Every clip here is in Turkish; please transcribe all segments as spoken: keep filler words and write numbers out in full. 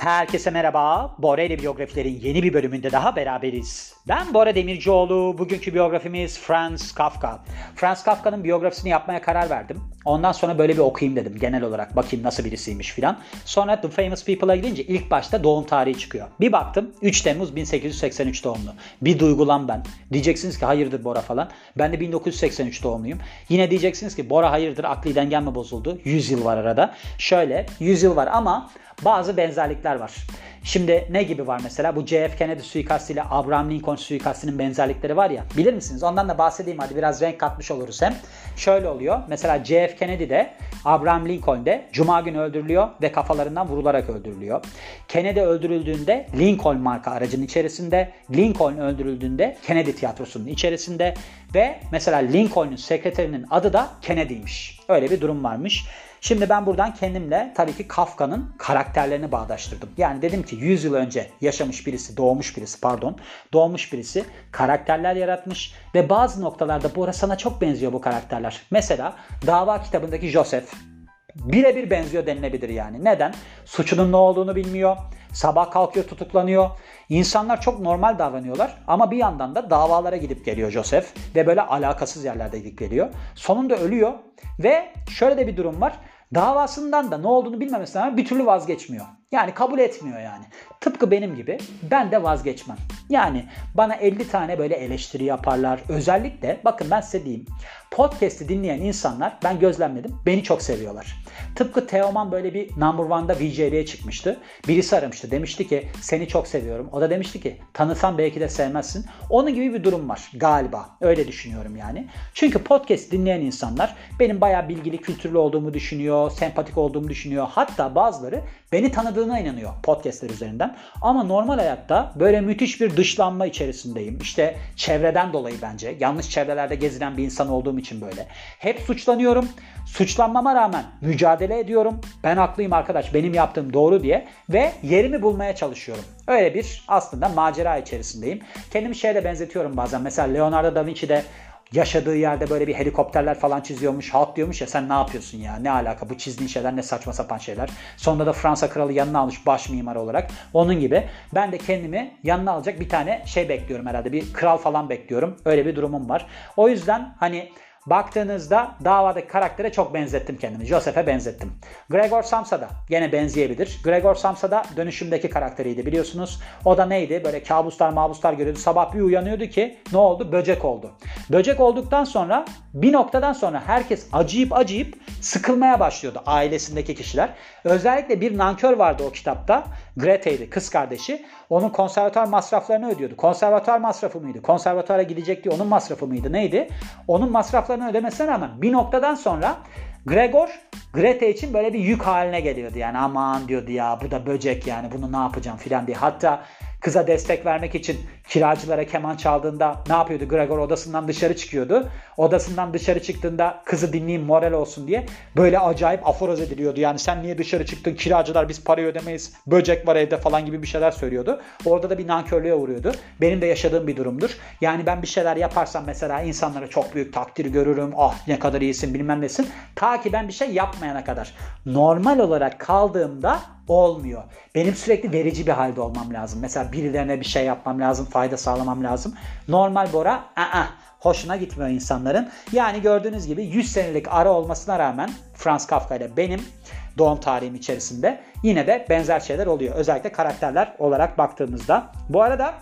Herkese merhaba. Bora ile biyografilerin yeni bir bölümünde daha beraberiz. Ben Bora Demircioğlu. Bugünkü biyografimiz Franz Kafka. Franz Kafka'nın biyografisini yapmaya karar verdim. Ondan sonra böyle bir okuyayım dedim genel olarak. Bakayım nasıl birisiymiş filan. Sonra The Famous People'a gidince ilk başta doğum tarihi çıkıyor. Bir baktım üç Temmuz bin sekiz yüz seksen üç doğumlu. Bir duygulan ben. Diyeceksiniz ki hayırdır Bora falan. Ben de bin dokuz yüz seksen üç doğumluyum. Yine diyeceksiniz ki Bora hayırdır akli dengen mi bozuldu? yüz yıl var arada. Şöyle yüz yıl var ama bazı benzerlikler var. Şimdi ne gibi var mesela? Bu J F Kennedy suikastı ile Abraham Lincoln suikastının benzerlikleri var ya. Bilir misiniz? Ondan da bahsedeyim hadi biraz renk katmış oluruz hem. Şöyle oluyor. Mesela J F Kennedy de Abraham Lincoln de Cuma günü öldürülüyor ve kafalarından vurularak öldürülüyor. Kennedy öldürüldüğünde Lincoln marka aracının içerisinde, Lincoln öldürüldüğünde Kennedy tiyatrosunun içerisinde ve mesela Lincoln'un sekreterinin adı da Kennedy'ymiş. Öyle bir durum varmış. Şimdi ben buradan kendimle tabii ki Kafka'nın karakterlerini bağdaştırdım. Yani dedim ki yüz yıl önce yaşamış birisi, doğmuş birisi pardon, doğmuş birisi karakterler yaratmış ve bazı noktalarda Bora sana çok benziyor bu karakterler. Mesela Dava kitabındaki Joseph birebir benziyor denilebilir yani. Neden? Suçunun ne olduğunu bilmiyor. Sabah kalkıyor tutuklanıyor. İnsanlar çok normal davranıyorlar ama bir yandan da davalara gidip geliyor Joseph ve böyle alakasız yerlerde gidip geliyor. Sonunda ölüyor ve şöyle de bir durum var. Davasından da ne olduğunu bilmemesine rağmen bir türlü vazgeçmiyor. Yani kabul etmiyor yani. Tıpkı benim gibi ben de vazgeçmem. Yani bana elli tane böyle eleştiri yaparlar. Özellikle bakın ben size diyeyim. Podcast'i dinleyen insanlar ben gözlemledim. Beni çok seviyorlar. Tıpkı Teoman böyle bir number one'da V J D'ye çıkmıştı. Birisi aramıştı. Demişti ki seni çok seviyorum. O da demişti ki tanısam belki de sevmezsin. Onun gibi bir durum var galiba. Öyle düşünüyorum yani. Çünkü podcast dinleyen insanlar benim bayağı bilgili, kültürlü olduğumu düşünüyor. Sempatik olduğumu düşünüyor. Hatta bazıları beni tanıdığına inanıyor podcastler üzerinden. Ama normal hayatta böyle müthiş bir dışlanma içerisindeyim. İşte çevreden dolayı bence. Yanlış çevrelerde gezinen bir insan olduğum için böyle. Hep suçlanıyorum. Suçlanmama rağmen mücadele ediyorum. Ben haklıyım arkadaş, benim yaptığım doğru diye ve yerimi bulmaya çalışıyorum. Öyle bir aslında macera içerisindeyim. Kendimi şeye de benzetiyorum bazen. Mesela Leonardo da Vinci de yaşadığı yerde böyle bir helikopterler falan çiziyormuş. Halk diyormuş ya sen ne yapıyorsun ya? Ne alaka? Bu çizdiğin şeyler ne saçma sapan şeyler. Sonunda da Fransa kralı yanına almış baş mimar olarak. Onun gibi ben de kendimi yanına alacak bir tane şey bekliyorum herhalde. Bir kral falan bekliyorum. Öyle bir durumum var. O yüzden hani baktığınızda davadaki karaktere çok benzettim kendimi. Joseph'e benzettim. Gregor Samsa da gene benzeyebilir. Gregor Samsa da dönüşümdeki karakteriydi biliyorsunuz. O da neydi? Böyle kabuslar mabuslar görüyordu. Sabah bir uyanıyordu ki ne oldu? Böcek oldu. Böcek olduktan sonra bir noktadan sonra herkes acıyıp acıyıp sıkılmaya başlıyordu ailesindeki kişiler. Özellikle bir nankör vardı o kitapta. Grete'ydi kız kardeşi. Onun konservatuar masraflarını ödüyordu. Konservatuar masrafı mıydı? Konservatuara gidecekti onun masrafı mıydı? Neydi? Onun masraflarını ödemesine rağmen bir noktadan sonra Gregor Grete için böyle bir yük haline geliyordu. Yani aman diyordu ya bu da böcek yani bunu ne yapacağım filan diye. Hatta kıza destek vermek için kiracılara keman çaldığında ne yapıyordu? Gregor odasından dışarı çıkıyordu. Odasından dışarı çıktığında kızı dinleyeyim moral olsun diye böyle acayip aforoz ediliyordu. Yani sen niye dışarı çıktın? Kiracılar biz parayı ödemeyiz. Böcek var evde falan gibi bir şeyler söylüyordu. Orada da bir nankörlüğe uğruyordu. Benim de yaşadığım bir durumdur. Yani ben bir şeyler yaparsam mesela insanlara çok büyük takdir görürüm. Ah ne kadar iyisin bilmem nesin. Ta ki ben bir şey yapmayana kadar. Normal olarak kaldığımda olmuyor. Benim sürekli verici bir halde olmam lazım. Mesela birilerine bir şey yapmam lazım, fayda sağlamam lazım. Normal Bora, ı-ı, hoşuna gitmiyor insanların. Yani gördüğünüz gibi yüz senelik ara olmasına rağmen Franz Kafka ile benim doğum tarihim içerisinde yine de benzer şeyler oluyor. Özellikle karakterler olarak baktığımızda. Bu arada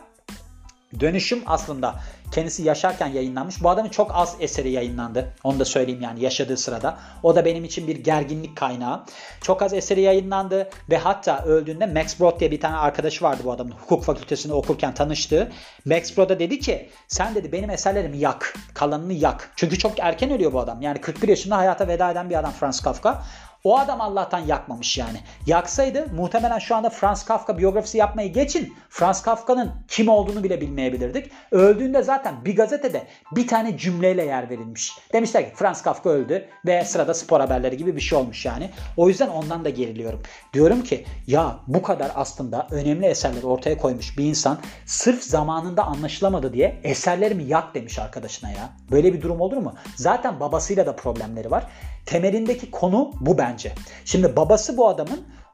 Dönüşüm aslında kendisi yaşarken yayınlanmış. Bu adamın çok az eseri yayınlandı. Onu da söyleyeyim yani yaşadığı sırada. O da benim için bir gerginlik kaynağı. Çok az eseri yayınlandı ve hatta öldüğünde Max Brod diye bir tane arkadaşı vardı bu adamın. Hukuk fakültesinde okurken tanıştığı. Max Brod'a dedi ki sen dedi benim eserlerimi yak. Kalanını yak. Çünkü çok erken ölüyor bu adam. Yani kırk bir yaşında hayata veda eden bir adam Franz Kafka. O adam Allah'tan yakmamış yani. Yaksaydı muhtemelen şu anda Franz Kafka biyografisi yapmayı geçin. Franz Kafka'nın kim olduğunu bile bilmeyebilirdik. Öldüğünde zaten bir gazetede bir tane cümleyle yer verilmiş. Demişler ki Franz Kafka öldü ve sırada spor haberleri gibi bir şey olmuş yani. O yüzden ondan da geriliyorum. Diyorum ki ya bu kadar aslında önemli eserleri ortaya koymuş bir insan sırf zamanında anlaşılamadı diye eserlerimi yak demiş arkadaşına ya. Böyle bir durum olur mu? Zaten babasıyla da problemleri var. Temelindeki konu bu bence. Şimdi babası bu adamın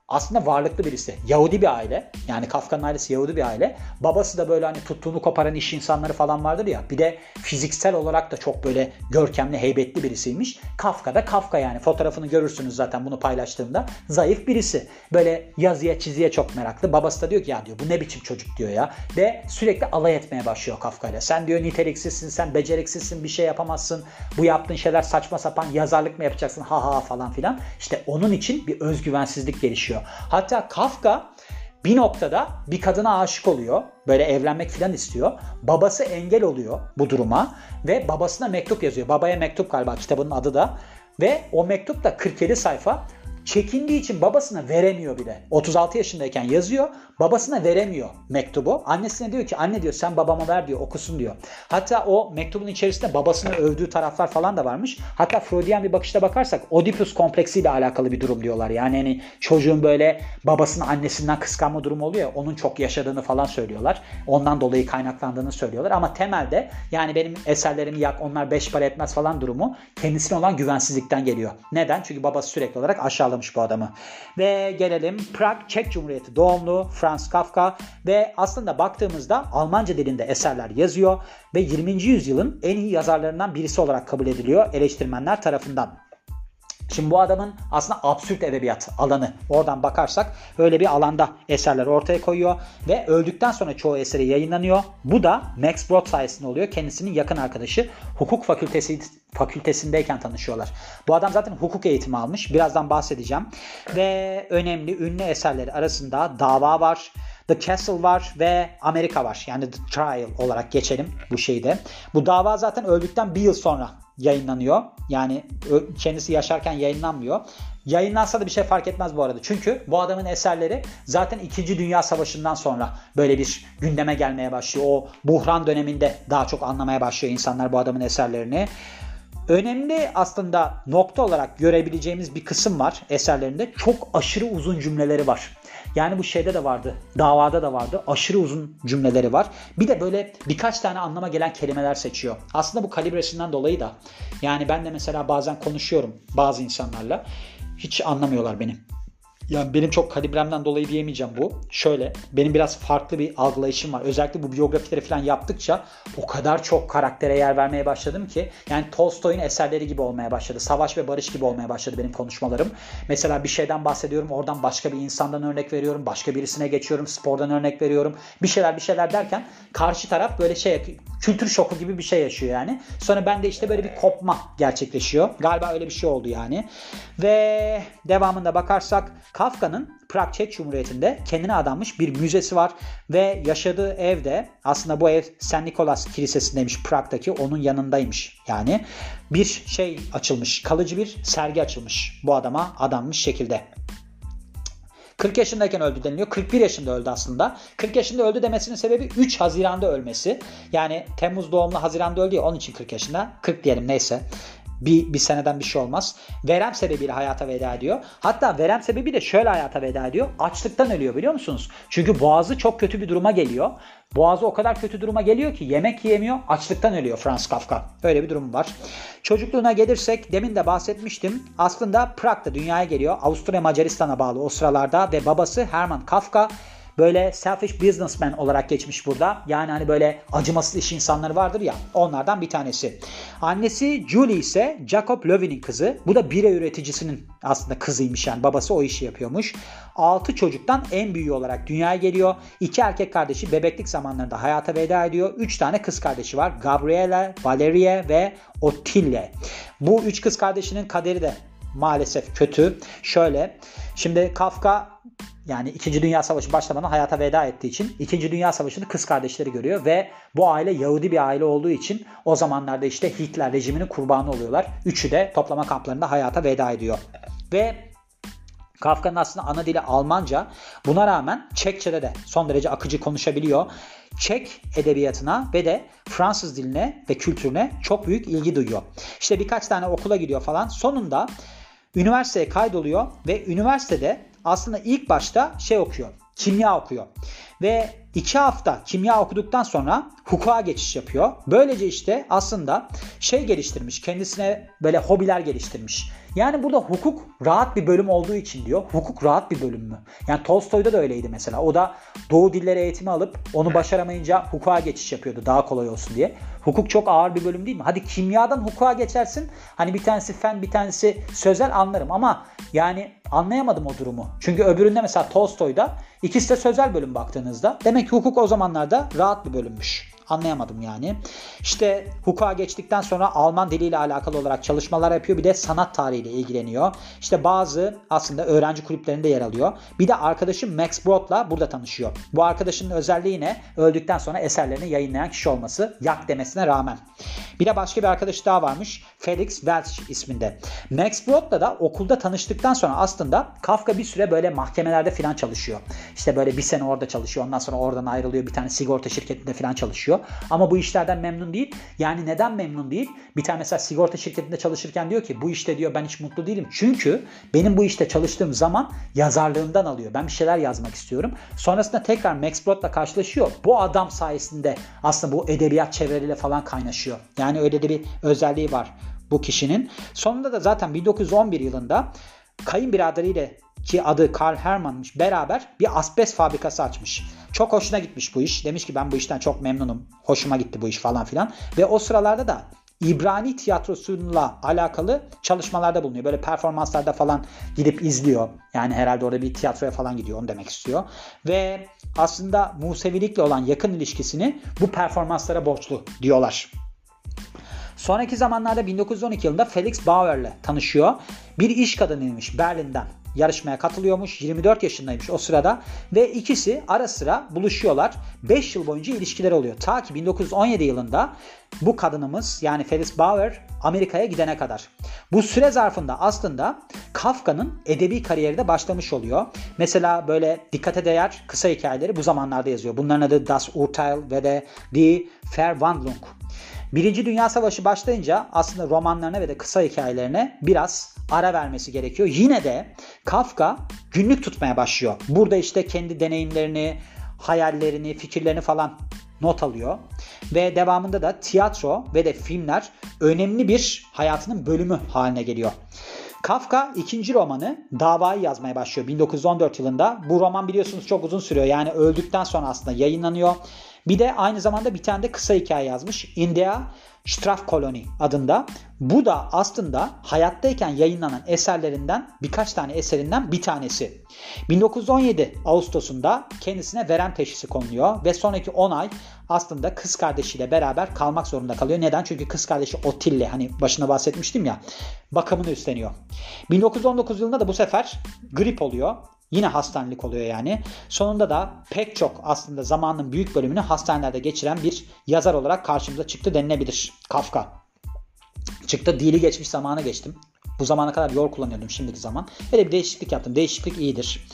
aslında varlıklı birisi. Yahudi bir aile. Yani Kafka'nın ailesi Yahudi bir aile. Babası da böyle hani tuttuğunu koparan iş insanları falan vardır ya. Bir de fiziksel olarak da çok böyle görkemli, heybetli birisiymiş. Kafka da Kafka yani. Fotoğrafını görürsünüz zaten bunu paylaştığımda. Zayıf birisi. Böyle yazıya çiziye çok meraklı. Babası da diyor ki ya diyor bu ne biçim çocuk diyor ya. Ve sürekli alay etmeye başlıyor Kafka'yla. Sen diyor niteliksizsin, sen beceriksizsin, bir şey yapamazsın. Bu yaptığın şeyler saçma sapan, yazarlık mı yapacaksın ha ha falan filan. İşte onun için bir özgüvensizlik gelişiyor. Hatta Kafka bir noktada bir kadına aşık oluyor. Böyle evlenmek falan istiyor. Babası engel oluyor bu duruma ve babasına mektup yazıyor. Babaya mektup galiba kitabının adı da. Ve o mektup da kırk yedi sayfa. Çekindiği için babasına veremiyor bile. otuz altı yaşındayken yazıyor. Babasına veremiyor mektubu. Annesine diyor ki anne diyor sen babama ver diyor okusun diyor. Hatta o mektubun içerisinde babasını övdüğü taraflar falan da varmış. Hatta Freudian bir bakışta bakarsak Oedipus kompleksiyle alakalı bir durum diyorlar. Yani hani çocuğun böyle babasının annesinden kıskanma durumu oluyor ya onun çok yaşadığını falan söylüyorlar. Ondan dolayı kaynaklandığını söylüyorlar. Ama temelde yani benim eserlerimi yak onlar beş para etmez falan durumu kendisine olan güvensizlikten geliyor. Neden? Çünkü babası sürekli olarak aşağılamış bu adamı. Ve gelelim Prag Çek Cumhuriyeti doğumlu Franz Kafka ve aslında baktığımızda Almanca dilinde eserler yazıyor ve yirminci yüzyılın en iyi yazarlarından birisi olarak kabul ediliyor eleştirmenler tarafından. Şimdi bu adamın aslında absürt edebiyat alanı. Oradan bakarsak öyle bir alanda eserler ortaya koyuyor ve öldükten sonra çoğu eseri yayınlanıyor. Bu da Max Brod sayesinde oluyor. Kendisinin yakın arkadaşı hukuk fakültesi fakültesindeyken tanışıyorlar. Bu adam zaten hukuk eğitimi almış. Birazdan bahsedeceğim. Ve önemli ünlü eserleri arasında Dava var, The Castle var ve Amerika var. Yani The Trial olarak geçelim bu şeyde. Bu dava zaten öldükten bir yıl sonra yayınlanıyor. Yani kendisi yaşarken yayınlanmıyor. Yayınlansa da bir şey fark etmez bu arada. Çünkü bu adamın eserleri zaten İkinci Dünya Savaşı'ndan sonra böyle bir gündeme gelmeye başlıyor. O buhran döneminde daha çok anlamaya başlıyor insanlar bu adamın eserlerini. Önemli aslında nokta olarak görebileceğimiz bir kısım var eserlerinde. Çok aşırı uzun cümleleri var. Yani bu şeyde de vardı, davada da vardı. Aşırı uzun cümleleri var. Bir de böyle birkaç tane anlama gelen kelimeler seçiyor. Aslında bu kalibresinden dolayı da. Yani ben de mesela bazen konuşuyorum bazı insanlarla. Hiç anlamıyorlar beni. Yani benim çok kalibremden dolayı diyemeyeceğim bu. Şöyle, benim biraz farklı bir algılayışım var. Özellikle bu biyografileri falan yaptıkça o kadar çok karaktere yer vermeye başladım ki. Yani Tolstoy'un eserleri gibi olmaya başladı. Savaş ve barış gibi olmaya başladı benim konuşmalarım. Mesela bir şeyden bahsediyorum. Oradan başka bir insandan örnek veriyorum. Başka birisine geçiyorum. Spordan örnek veriyorum. Bir şeyler bir şeyler derken karşı taraf böyle şey kültür şoku gibi bir şey yaşıyor yani. Sonra bende işte böyle bir kopma gerçekleşiyor. Galiba öyle bir şey oldu yani. Ve devamında bakarsak Kafka'nın Prag Çek Cumhuriyeti'nde kendine adanmış bir müzesi var ve yaşadığı evde aslında bu ev Saint Nicholas Kilisesi'ndeymiş Prag'daki onun yanındaymış. Yani bir şey açılmış, kalıcı bir sergi açılmış bu adama adanmış şekilde. kırk yaşındayken öldü deniliyor. kırk bir yaşında öldü aslında. kırk yaşında öldü demesinin sebebi üç Haziran'da ölmesi. Yani Temmuz doğumlu Haziran'da öldü ya onun için kırk yaşında. kırk diyelim neyse. Bir, bir seneden bir şey olmaz. Verem sebebiyle hayata veda ediyor. Hatta verem sebebi de şöyle hayata veda ediyor. Açlıktan ölüyor biliyor musunuz? Çünkü boğazı çok kötü bir duruma geliyor. Boğazı o kadar kötü duruma geliyor ki yemek yiyemiyor. Açlıktan ölüyor Franz Kafka. Öyle bir durum var. Çocukluğuna gelirsek demin de bahsetmiştim. Aslında Prag'da dünyaya geliyor. Avusturya Macaristan'a bağlı o sıralarda ve babası Hermann Kafka böyle selfish businessman olarak geçmiş burada. Yani hani böyle acımasız iş insanları vardır ya onlardan bir tanesi. Annesi Julie ise Jacob Löwy'nin kızı. Bu da bira üreticisinin aslında kızıymış yani babası o işi yapıyormuş. altı çocuktan en büyüğü olarak dünyaya geliyor. iki erkek kardeşi bebeklik zamanlarında hayata veda ediyor. üç tane kız kardeşi var. Gabriela, Valeria ve Ottilie. Bu üç kız kardeşinin kaderi de maalesef kötü. Şöyle şimdi Kafka yani İkinci Dünya Savaşı başlamadan hayata veda ettiği için İkinci Dünya Savaşı'nı kız kardeşleri görüyor ve bu aile Yahudi bir aile olduğu için o zamanlarda işte Hitler rejiminin kurbanı oluyorlar. Üçü de toplama kamplarında hayata veda ediyor. Ve Kafka'nın aslında ana dili Almanca. Buna rağmen Çekçe'de de son derece akıcı konuşabiliyor. Çek edebiyatına ve de Fransız diline ve kültürüne çok büyük ilgi duyuyor. İşte birkaç tane okula gidiyor falan. Sonunda üniversiteye kaydoluyor ve üniversitede aslında ilk başta şey okuyor. Kimya okuyor. Ve iki hafta kimya okuduktan sonra hukuka geçiş yapıyor. Böylece işte aslında şey geliştirmiş, kendisine böyle hobiler geliştirmiş. Yani burada hukuk rahat bir bölüm olduğu için diyor. Hukuk rahat bir bölüm mü? Yani Tolstoy'da da öyleydi mesela. O da Doğu dilleri eğitimi alıp onu başaramayınca hukuka geçiş yapıyordu daha kolay olsun diye. Hukuk çok ağır bir bölüm değil mi? Hadi kimyadan hukuka geçersin. Hani bir tanesi fen, bir tanesi sözel anlarım ama yani anlayamadım o durumu. Çünkü öbüründe mesela Tolstoy'da ikisi de sözel bölüm baktığınızda. Demek ki hukuk o zamanlarda rahat bir bölümmüş. Anlayamadım yani. İşte hukuka geçtikten sonra Alman diliyle alakalı olarak çalışmalar yapıyor. Bir de sanat tarihiyle ilgileniyor. İşte bazı aslında öğrenci kulüplerinde yer alıyor. Bir de arkadaşı Max Brod'la burada tanışıyor. Bu arkadaşının özelliği ne? Öldükten sonra eserlerini yayınlayan kişi olması. Yak demesine rağmen. Bir de başka bir arkadaşı daha varmış. Felix Welch isminde. Max Brod'la da okulda tanıştıktan sonra aslında Kafka bir süre böyle mahkemelerde falan çalışıyor. İşte böyle bir sene orada çalışıyor. Ondan sonra oradan ayrılıyor. Bir tane sigorta şirketinde falan çalışıyor. Ama bu işlerden memnun değil. Yani neden memnun değil? Bir tane mesela sigorta şirketinde çalışırken diyor ki bu işte diyor ben hiç mutlu değilim. Çünkü benim bu işte çalıştığım zaman yazarlığımdan alıyor. Ben bir şeyler yazmak istiyorum. Sonrasında tekrar Max Brod'la karşılaşıyor. Bu adam sayesinde aslında bu edebiyat çevreleriyle falan kaynaşıyor. Yani öyle de bir özelliği var bu kişinin. Sonunda da zaten bin dokuz yüz on bir yılında kayınbiraderiyle ki adı Karl Hermann'mış beraber bir asbest fabrikası açmış. Çok hoşuna gitmiş bu iş. Demiş ki ben bu işten çok memnunum. Hoşuma gitti bu iş falan filan. Ve o sıralarda da İbrani tiyatrosuyla alakalı çalışmalarda bulunuyor. Böyle performanslarda falan gidip izliyor. Yani herhalde orada bir tiyatroya falan gidiyor. Onu demek istiyor. Ve aslında Musevilikle olan yakın ilişkisini bu performanslara borçlu diyorlar. Sonraki zamanlarda bin dokuz yüz on iki yılında Felix Bauer'le tanışıyor. Bir iş kadınıymış Berlin'den. Yarışmaya katılıyormuş. yirmi dört yaşındaymış o sırada. Ve ikisi ara sıra buluşuyorlar. beş yıl boyunca ilişkileri oluyor. Ta ki bin dokuz yüz on yedi yılında bu kadınımız yani Felix Bauer Amerika'ya gidene kadar. Bu süre zarfında aslında Kafka'nın edebi kariyeri de başlamış oluyor. Mesela böyle dikkate değer kısa hikayeleri bu zamanlarda yazıyor. Bunların adı Das Urteil ve de Die Verwandlung. Birinci Dünya Savaşı başlayınca aslında romanlarına ve de kısa hikayelerine biraz ara vermesi gerekiyor. Yine de Kafka günlük tutmaya başlıyor. Burada işte kendi deneyimlerini, hayallerini, fikirlerini falan not alıyor. Ve devamında da tiyatro ve de filmler önemli bir hayatının bölümü haline geliyor. Kafka ikinci romanı Davayı yazmaya başlıyor bin dokuz yüz on dört yılında. Bu roman biliyorsunuz çok uzun sürüyor. Yani öldükten sonra aslında yayınlanıyor. Bir de aynı zamanda bir tane de kısa hikaye yazmış. In der Strafkolonie adında. Bu da aslında hayattayken yayınlanan eserlerinden birkaç tane eserinden bir tanesi. bin dokuz yüz on yedi Ağustos'unda kendisine verem teşhisi konuluyor ve sonraki on ay aslında kız kardeşiyle beraber kalmak zorunda kalıyor. Neden? Çünkü kız kardeşi Otille hani başına bahsetmiştim ya bakımını üstleniyor. bin dokuz yüz on dokuz yılında da bu sefer grip oluyor. Yine hastanelik oluyor yani. Sonunda da pek çok aslında zamanın büyük bölümünü hastanelerde geçiren bir yazar olarak karşımıza çıktı denilebilir Kafka. Çıktı dili geçmiş zamana geçtim. Bu zamana kadar yol kullanıyordum şimdiki zaman. Böyle bir değişiklik yaptım. Değişiklik iyidir.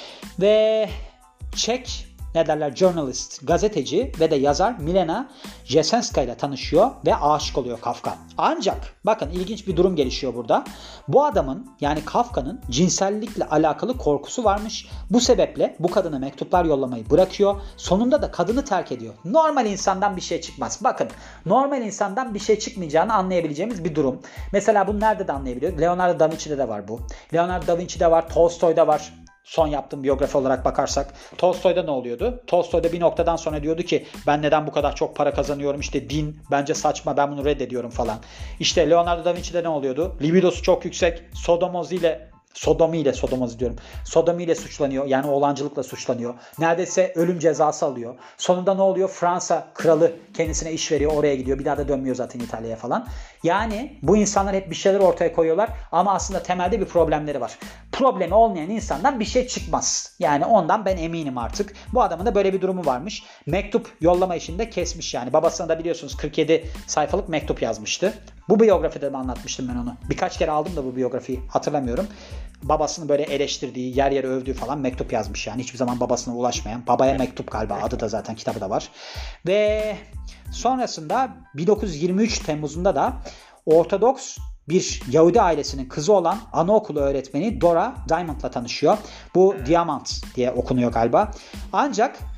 Ve Çek ne derler journalist, gazeteci ve de yazar Milena Jesenska ile tanışıyor ve aşık oluyor Kafka. Ancak bakın ilginç bir durum gelişiyor burada. Bu adamın yani Kafka'nın cinsellikle alakalı korkusu varmış. Bu sebeple bu kadına mektuplar yollamayı bırakıyor. Sonunda da kadını terk ediyor. Normal insandan bir şey çıkmaz. Bakın normal insandan bir şey çıkmayacağını anlayabileceğimiz bir durum. Mesela bunu nerede de anlayabiliyor? Leonardo da Vinci'de de var bu. Leonardo da Vinci'de var, Tolstoy'da var. Son yaptığım biyografi olarak bakarsak Tolstoy'da ne oluyordu? Tolstoy'da bir noktadan sonra diyordu ki ben neden bu kadar çok para kazanıyorum? İşte din bence saçma ben bunu reddediyorum falan. İşte Leonardo da Vinci'de ne oluyordu? Libidosu çok yüksek. Sodomozi ile Sodomi ile Sodomozi diyorum. Sodomi ile suçlanıyor. Yani oğlancılıkla suçlanıyor. Neredeyse ölüm cezası alıyor. Sonunda ne oluyor? Fransa kralı kendisine iş veriyor. Oraya gidiyor. Bir daha da dönmüyor zaten İtalya'ya falan. Yani bu insanlar hep bir şeyler ortaya koyuyorlar. Ama aslında temelde bir problemleri var. Problemi olmayan insandan bir şey çıkmaz. Yani ondan ben eminim artık. Bu adamın da böyle bir durumu varmış. Mektup yollama işinde kesmiş yani. Babasına da biliyorsunuz kırk yedi sayfalık mektup yazmıştı. Bu biyografide de anlatmıştım ben onu. Birkaç kere aldım da bu biyografiyi hatırlamıyorum. Babasını böyle eleştirdiği, yer yer övdüğü falan mektup yazmış yani. Hiçbir zaman babasına ulaşmayan. Babaya mektup galiba adı da zaten kitabı da var. Ve sonrasında bin dokuz yüz yirmi üç Temmuz'unda da Ortodoks bir Yahudi ailesinin kızı olan anaokulu öğretmeni Dora Diamond'la tanışıyor. Bu Diamant diye okunuyor galiba. Ancak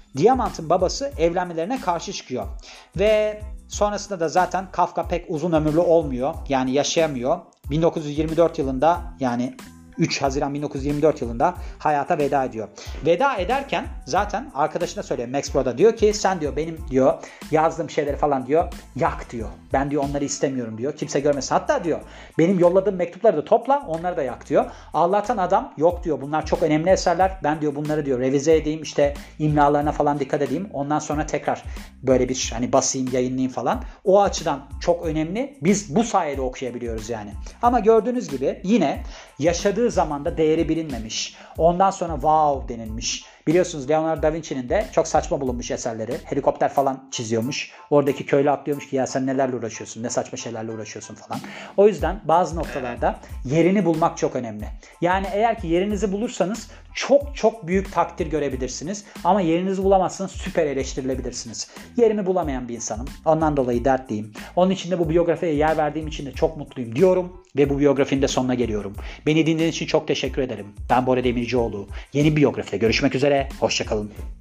Diamant'ın babası evlenmelerine karşı çıkıyor. Ve sonrasında da zaten Kafka pek uzun ömürlü olmuyor. Yani yaşayamıyor. bin dokuz yüz yirmi dört yılında, yani üç Haziran bin dokuz yüz yirmi dört yılında hayata veda ediyor. Veda ederken zaten arkadaşına söylüyor, Max Brod'a, diyor ki sen diyor benim diyor yazdığım şeyleri falan diyor yak diyor. Ben diyor onları istemiyorum diyor. Kimse görmesin. Hatta diyor benim yolladığım mektupları da topla, onları da yak diyor. Allah'tan adam yok diyor, bunlar çok önemli eserler. Ben diyor bunları diyor revize edeyim, işte imlalarına falan dikkat edeyim. Ondan sonra tekrar böyle bir hani basayım, yayınlayayım falan. O açıdan çok önemli. Biz bu sayede okuyabiliyoruz yani. Ama gördüğünüz gibi yine yaşadığı zamanda değeri bilinmemiş. Ondan sonra wow denilmiş. Biliyorsunuz Leonardo da Vinci'nin de çok saçma bulunmuş eserleri. Helikopter falan çiziyormuş. Oradaki köylü atlıyormuş ki ya sen nelerle uğraşıyorsun, ne saçma şeylerle uğraşıyorsun falan. O yüzden bazı noktalarda yerini bulmak çok önemli. Yani eğer ki yerinizi bulursanız çok çok büyük takdir görebilirsiniz. Ama yerinizi bulamazsanız süper eleştirilebilirsiniz. Yerimi bulamayan bir insanım. Ondan dolayı dertliyim. Onun için de bu biyografiye yer verdiğim için de çok mutluyum diyorum. Ve bu biyografinin de sonuna geliyorum. Beni dinlediğiniz için çok teşekkür ederim. Ben Bora Demircioğlu. Yeni biyografide görüşmek üzere. Hoşçakalın.